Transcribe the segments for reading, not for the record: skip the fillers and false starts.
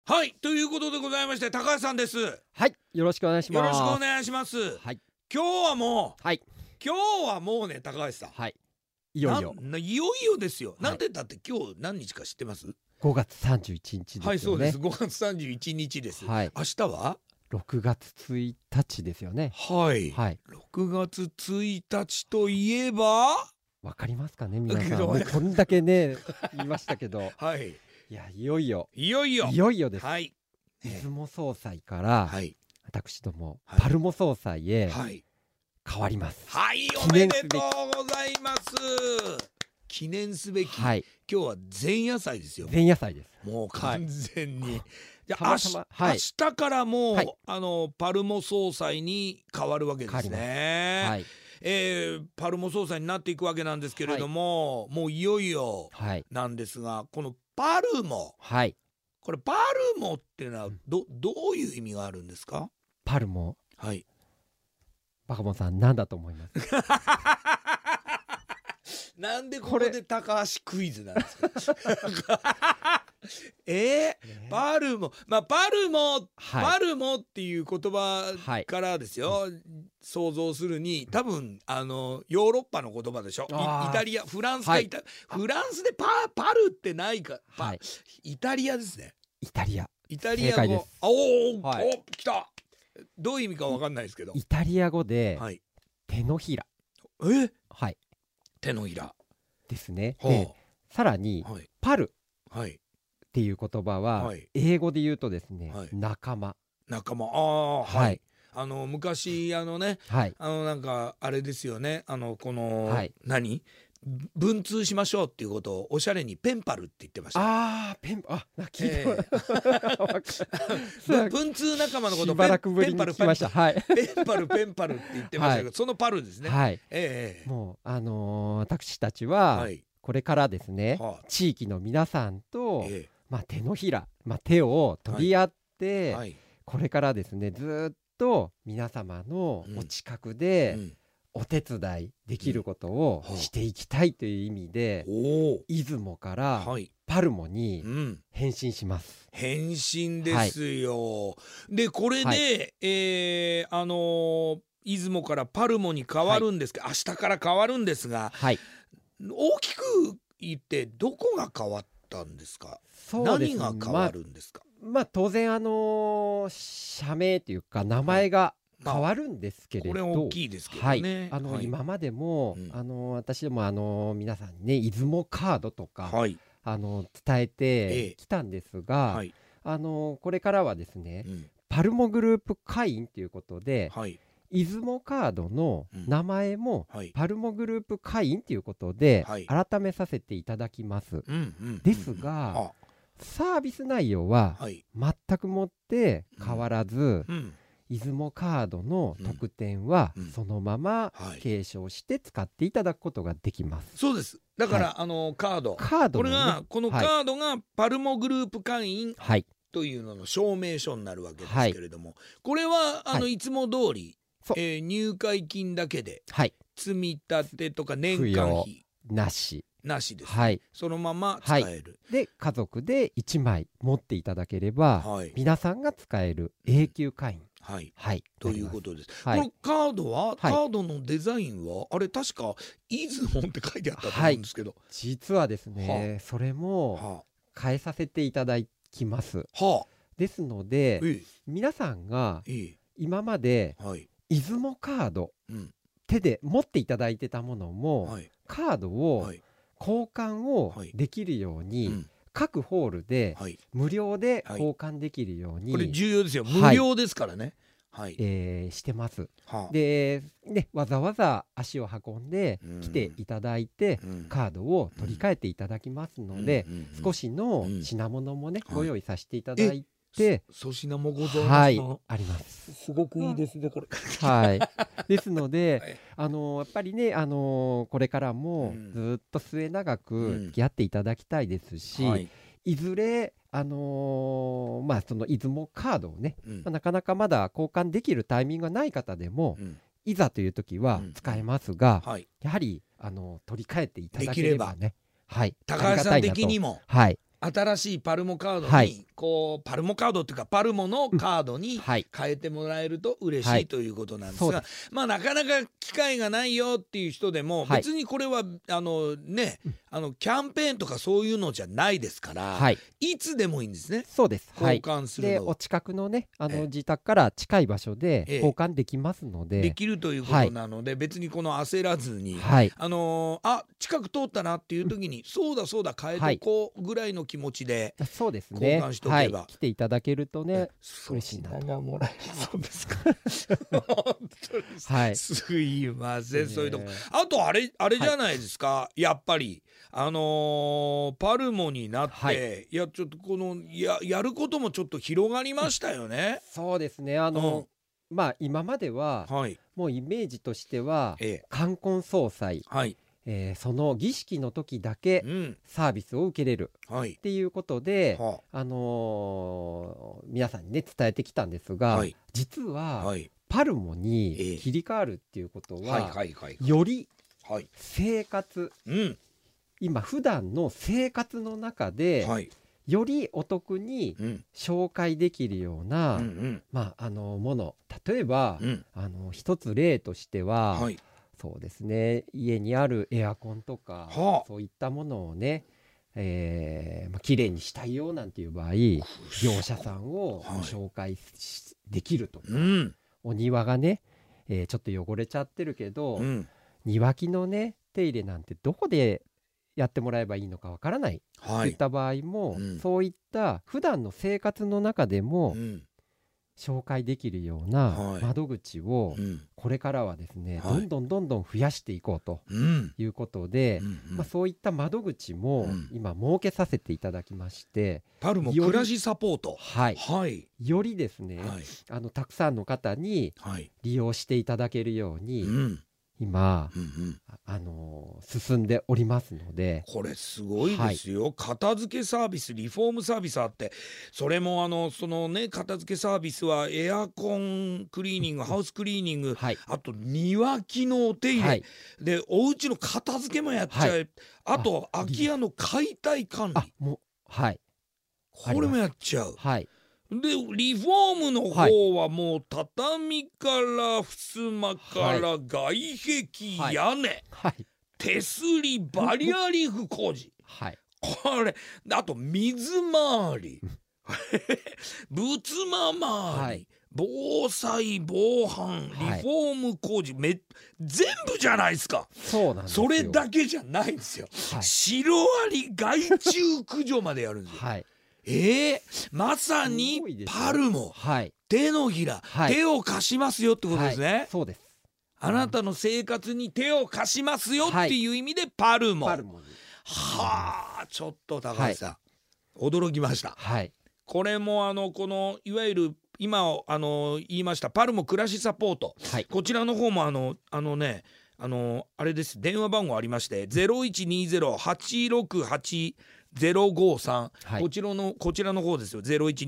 はい、ということでございまして、高橋さんです。よはい、よろしくお願いします。 ろしくお願いします。 はい、 今日はもう、 はい、 今日はもうね、高橋さん。 はい、いよいよいよいよですよ。 はいなんて言ったって今日何日か知ってます？ 5月31日ですよね。 はい、そうです。5月31日です。 はい、 明日は 6月1日ですよね。 はい、 はい、 6月1日といえばわかりますかね、皆さん。 けどもうこんだけね言いましたけど、 はい、 いや、いよいよいよいよです。 はい、 出雲総裁からはい、 私どもはいパルモ総裁へはい、 変わります。 はい、お記め念すべきでとうございます。記念すべき、 はい、 今日は前夜祭ですよ。 前夜祭です。 もう完全に、じゃたまたまはい明日からもう、 はいパルモ総裁に変わるわけですね。 はい、 パルモ総裁になっていくわけなんですけれども、もういよいよはい、 なんですが、このパルモ、 はい、 これパルモっていうのはどういう意味があるんですか？ パルモ、 はい。 バカボンさん何だと思います？ なんでここで高橋クイズなんですか？パルモ、パルモ、 はいパルモっていう言葉はいからですよ、想像するに多分ヨーロッパの言葉でしょ。 あーイタリア、フランスかはいフランスでパルってないか、 はいイタリアですね。 イタリアイタリア語正解です。はいお来た。どういう意味かわかんないですけど、 イタリア語ではい、 手のひら、はい手のひら、 ですね。 はでさらにあ、はいパルはい、 っていう言葉ははい英語で言うとですね、 はい仲間、 仲間、ははいい、 昔ね、 はいなんかあれですよね、この、 はい文通しましょうっていうことをおしゃれにペンパルって言ってました。 ペン聞いても文通仲間のことをしばらくぶりに聞きました。はいペンパルって言ってましたけど、そのパルですね。 はい、 ええもう私たちははい、 これからですね、 はあ地域の皆さんと、 え手のひら、手を取り合って、 はい、 これからですねずっと皆様のお近くでうんお手伝いできることをうんしていきたいという意味で、 お出雲からはい、 パルモにうん変身します。 変身ですよ。でこれで、 は出雲からパルモに変わるんですけど、明日から変わるんですが、 はい、 大きく言ってどこが変わったんですか？ そうですね。 何が変わるんですか？ 当然社名というか名前が変わるんですけれど、 これ大きいですけどはい、 ね。はい、 今までも、私ども皆さんにね出雲カードとか、 はい伝えてきたんですが、 はいこれからはですね、 うんパルモグループ会員ということで、 はい出雲カードの名前もはいパルモグループ会員ということではい改めさせていただきます。 うんですが、 はサービス内容ははい全くもって変わらず、 うん出雲カードの特典はうんそのままはい継承して使っていただくことができます。 そうです。だから、カードこれカードのね、 がこのカードがパルモグループ会員はいというのの証明書になるわけですけれども、これははいいつも通り、 そう入会金だけではい、 積み立てとか年間費なし、 なしです、 はい、 そのまま使える、 で家族で1枚持っていただければ、 はい皆さんが使える永久会員、 はいはい、 ということです。 はいこのカードは、 はいカードのデザインはあれ確か出雲って書いてあったと思うんですけど、 実はですね、それもは変えさせていただきます。 あはあですので、 え皆さんがええ今までえはい出雲カードうん手で持っていただいてたものも、 はいカードをはい交換をはいできるように、 うん各ホールではい無料ではい交換できるように、 これ重要ですよ、 はい無料ですからね。はい、 してます。 はあで、わざわざ足を運んでうん来ていただいて、 うんカードを取り替えていただきますので、 うんうんうん少しのうん品物もね、 はいご用意させていただいて、 粗品もございますな、 はい、あります。 すごくいいですねこれ。 はい、ですので、 はいやっぱりね、これからもうんずっと末永うんく付き合っていただきたいですし、 はいいずれ、その出雲カードをね、 うんなかなかまだ交換できるタイミングがない方でも、 うんいざという時はうん使えますが、 はい、 やはり取り替えていただければね、はい、 高橋さん的にもはい、 新しいパルモカードに、 はい、 こうパルモカードっていうかパルモのカードにはい、 変えてもらえると嬉しはいいということなんですが、 そうでまあなかなか機会がないよっていう人でも、 はい別にこれはね、 うんキャンペーンとかそういうのじゃないですから、 はい、 いつでもいいんですね、 そうです。は交い。 換するのは。 でお近くのねええ自宅から近い場所でええ交換できますので、 できるということなので、別にこの焦らずに、 はい近く通ったなっていう時に、そうだそうだ変えとこうぐらいの気持ちでそうですね。 交換しとけば、 はい、来ていただけるとね粗嬉しいなと。 品がもらえるそうですか本当にはい。 すいません、そういうとこ。 ねあとあれじゃないですか、やっぱりパルモになって、 はいいやちょっとこのやることもちょっと広がりましたよね。 そうですね。 うんまあ今までははいもうイメージとしてはええ冠婚葬祭、 はいその儀式の時だけうんサービスを受けれるはいっていうことで、 は皆さんにね伝えてきたんですが、 はい実ははいパルモええに切り替わるっていうことはいは、 はいはいよりはい生活、 うん今普段の生活の中で、 はいよりお得にうん紹介できるような、 うんもの、例えば、 うん一つ例としては、 はいそうですね、家にあるエアコンとか、 はあそういったものをね、綺麗にしたいよなんていう場合、業者さんをご紹介できるとか、 うんお庭がね、ちょっと汚れちゃってるけど、 うん庭木のね手入れなんてどこでやってもらえばいいのかわからないはいといった場合も、 うんそういった普段の生活の中でもうん紹介できるようはない窓口をうんこれからはですね、 はいどんどん増やしていこうとうんいうことで、 うんそういった窓口もうん今設けさせていただきまして、 パルモ暮らしサポートはい、 はいよりですね、 はいたくさんの方にはい利用していただけるよううに、 ん今うん進んでおりますので、 これすごいですよ、片付けサービスリフォームサービスあって、それもそのね片付けサービスはエアコンクリーニングハウスクリーニング、 はいあと庭木のお手入れ、 はいでお家の片付けもやっちゃえ、 はい、 あと空き家の解体管理もうはいこれもやっちゃう。 はいでリフォームの方はもう畳から襖から外壁、 はい屋根はい手すりバリアリーフ工事はいこれあと水回り仏間周り、 はい、 防災防犯リはいフォーム工事、全部じゃないですか。 そうなんですよ。 それだけじゃないんですよ、 はいシロアリ害虫駆除までやるんですよ。 はいまさにすごいですよパルモはい手のひら、 はい手を貸しますよってことですね、 はい、そうです。 あなたの生活に手を貸しますよっていう意味でパルモ、 パルモにはあちょっと高橋さん、驚きました。 はいこれもこのいわゆる今言いましたパルモ暮らしサポート、 はいこちらの方もあれです、電話番号ありまして 0120-868-053、 はいこちらの方ですよ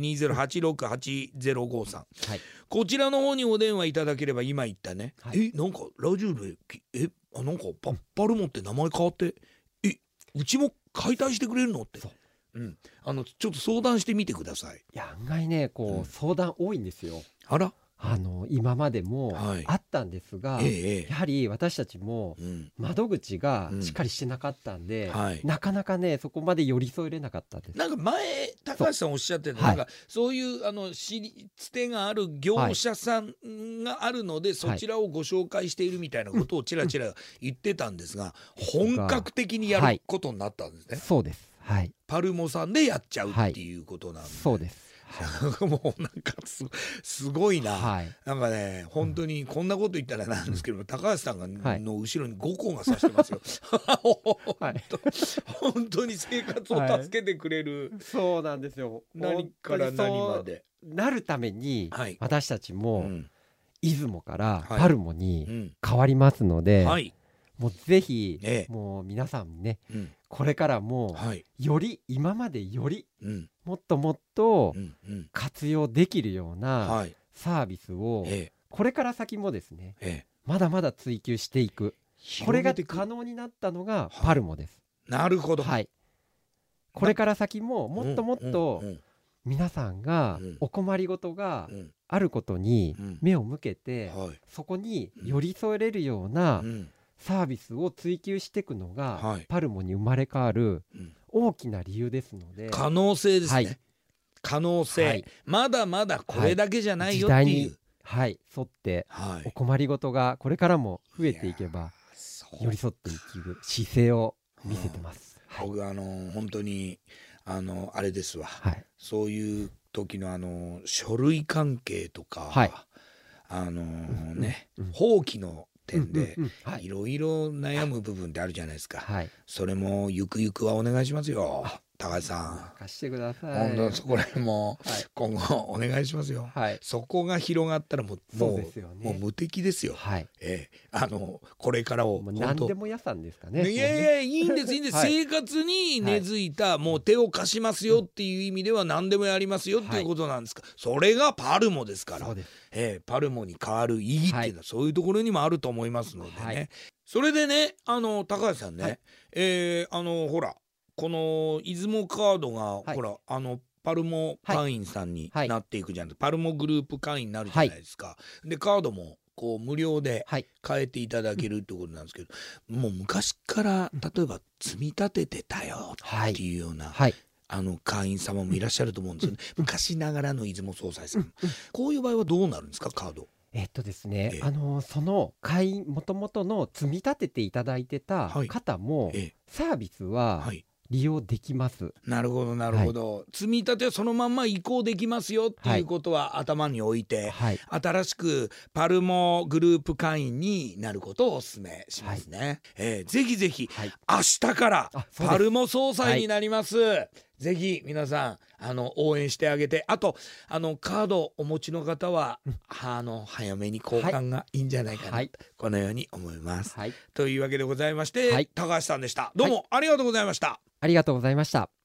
0120-868-053、 はいこちらの方にお電話いただければ今言ったね、 はいなんかラジオでなんかパルモって名前変わってうちも解体してくれるのって、 そうちょっと相談してみてください。 いや案外ねうん相談多いんですよ。 あら、 今までもはいあったんですが、やはり私たちも窓口がしっかりしてなかったんで、 はいなかなかねそこまで寄り添えれなかったです。 なんか前高橋さんおっしゃってた、 はいなんかそういう知りつてがある業者さんがあるので、そちらをご紹介しているみたいなことをちらちら言ってたんですが、本格的にやることになったんですね、 そうです。はいパルモさんでやっちゃうっていうことなんで、 そうです。 もうなんかすごいな、 はいなんかね本当にこんなこと言ったらなんですけど、高橋さんがはいの後ろに5個が指してますよはい本当に生活を助けてくれる、 そうなんですよ。 何から何まで、 なるためにはい私たちうもん出雲からはいパルモうにん変わりますので、 はいもうぜひええもう皆さんねうんこれからもはいより今までよりうんもっともっとうんうん活用できるようなはいサービスをえこれから先もですねえまだまだ追求していく、これが広げてく可能になったのがはいパルモです。 なるほど、 はい、 これから先ももっともっとうん皆さんがうんお困りごとがうんあることにうん目を向けて、 はいそこに寄り添えれるようなうんサービスを追求していくのが、 はいパルモに生まれ変わるうん大きな理由ですので、 可能性ですね、 はい可能性、 はいまだまだこれだけじゃないよ時代にっていう、 沿ってはいお困りごとがこれからも増えていけばそう寄り添っていく姿勢を見せてます。はい僕本当にあれですわ、 はいそういう時の書類関係とか、 はいね、 うん法規の点でうんうんうんはいいろいろ悩む部分ってあるじゃないですか、 はいそれもゆくゆくはお願いしますよ高橋さん。 貸してください。 本当そこら辺もはい今後お願いしますよ。 はいそこが広がったらそうですよねもう無敵ですよ。 はいこれからをもう本当何でも屋さんですかね。 いやいやいいんですいいんです、 はい生活に根付いた、もう手を貸しますよっていう意味では何でもやりますよっていうことなんですか、それがパルモですからそうです。 パルモに変わる意義っていうのはそういうところにもあると思いますのでね、 はいそれでね高橋さんね、 はいほらこの出雲カードが、 はいほらパルモ会員さんにはいなっていくじゃん、パルモグループ会員になるじゃないですか、でカードもこう無料ではい変えていただけるってことなんですけど、もう昔から例えば積み立ててたよっていうような、 はい会員様もいらっしゃると思うんですよね、昔ながらの出雲総裁さん、こういう場合はどうなるんですかカード。 ですね、 ええその会員もともとの積み立てていただいてたはい方もええサービスははい利用できます。 なるほどなるほど、積み立てはそのまんま移行できますよっていうことは頭に置いて、 はい新しくパルモグループ会員になることをお勧めしますね、ぜひぜひはい明日からあそうですパルモ総裁になります、ぜひ皆さん応援してあげて、あとカードお持ちの方は、早めに交換がいいんじゃないかなと、 はいこのように思います、 はいというわけでございまして、 はい高橋さんでした。どうもありがとうございました。 ありがとうございました。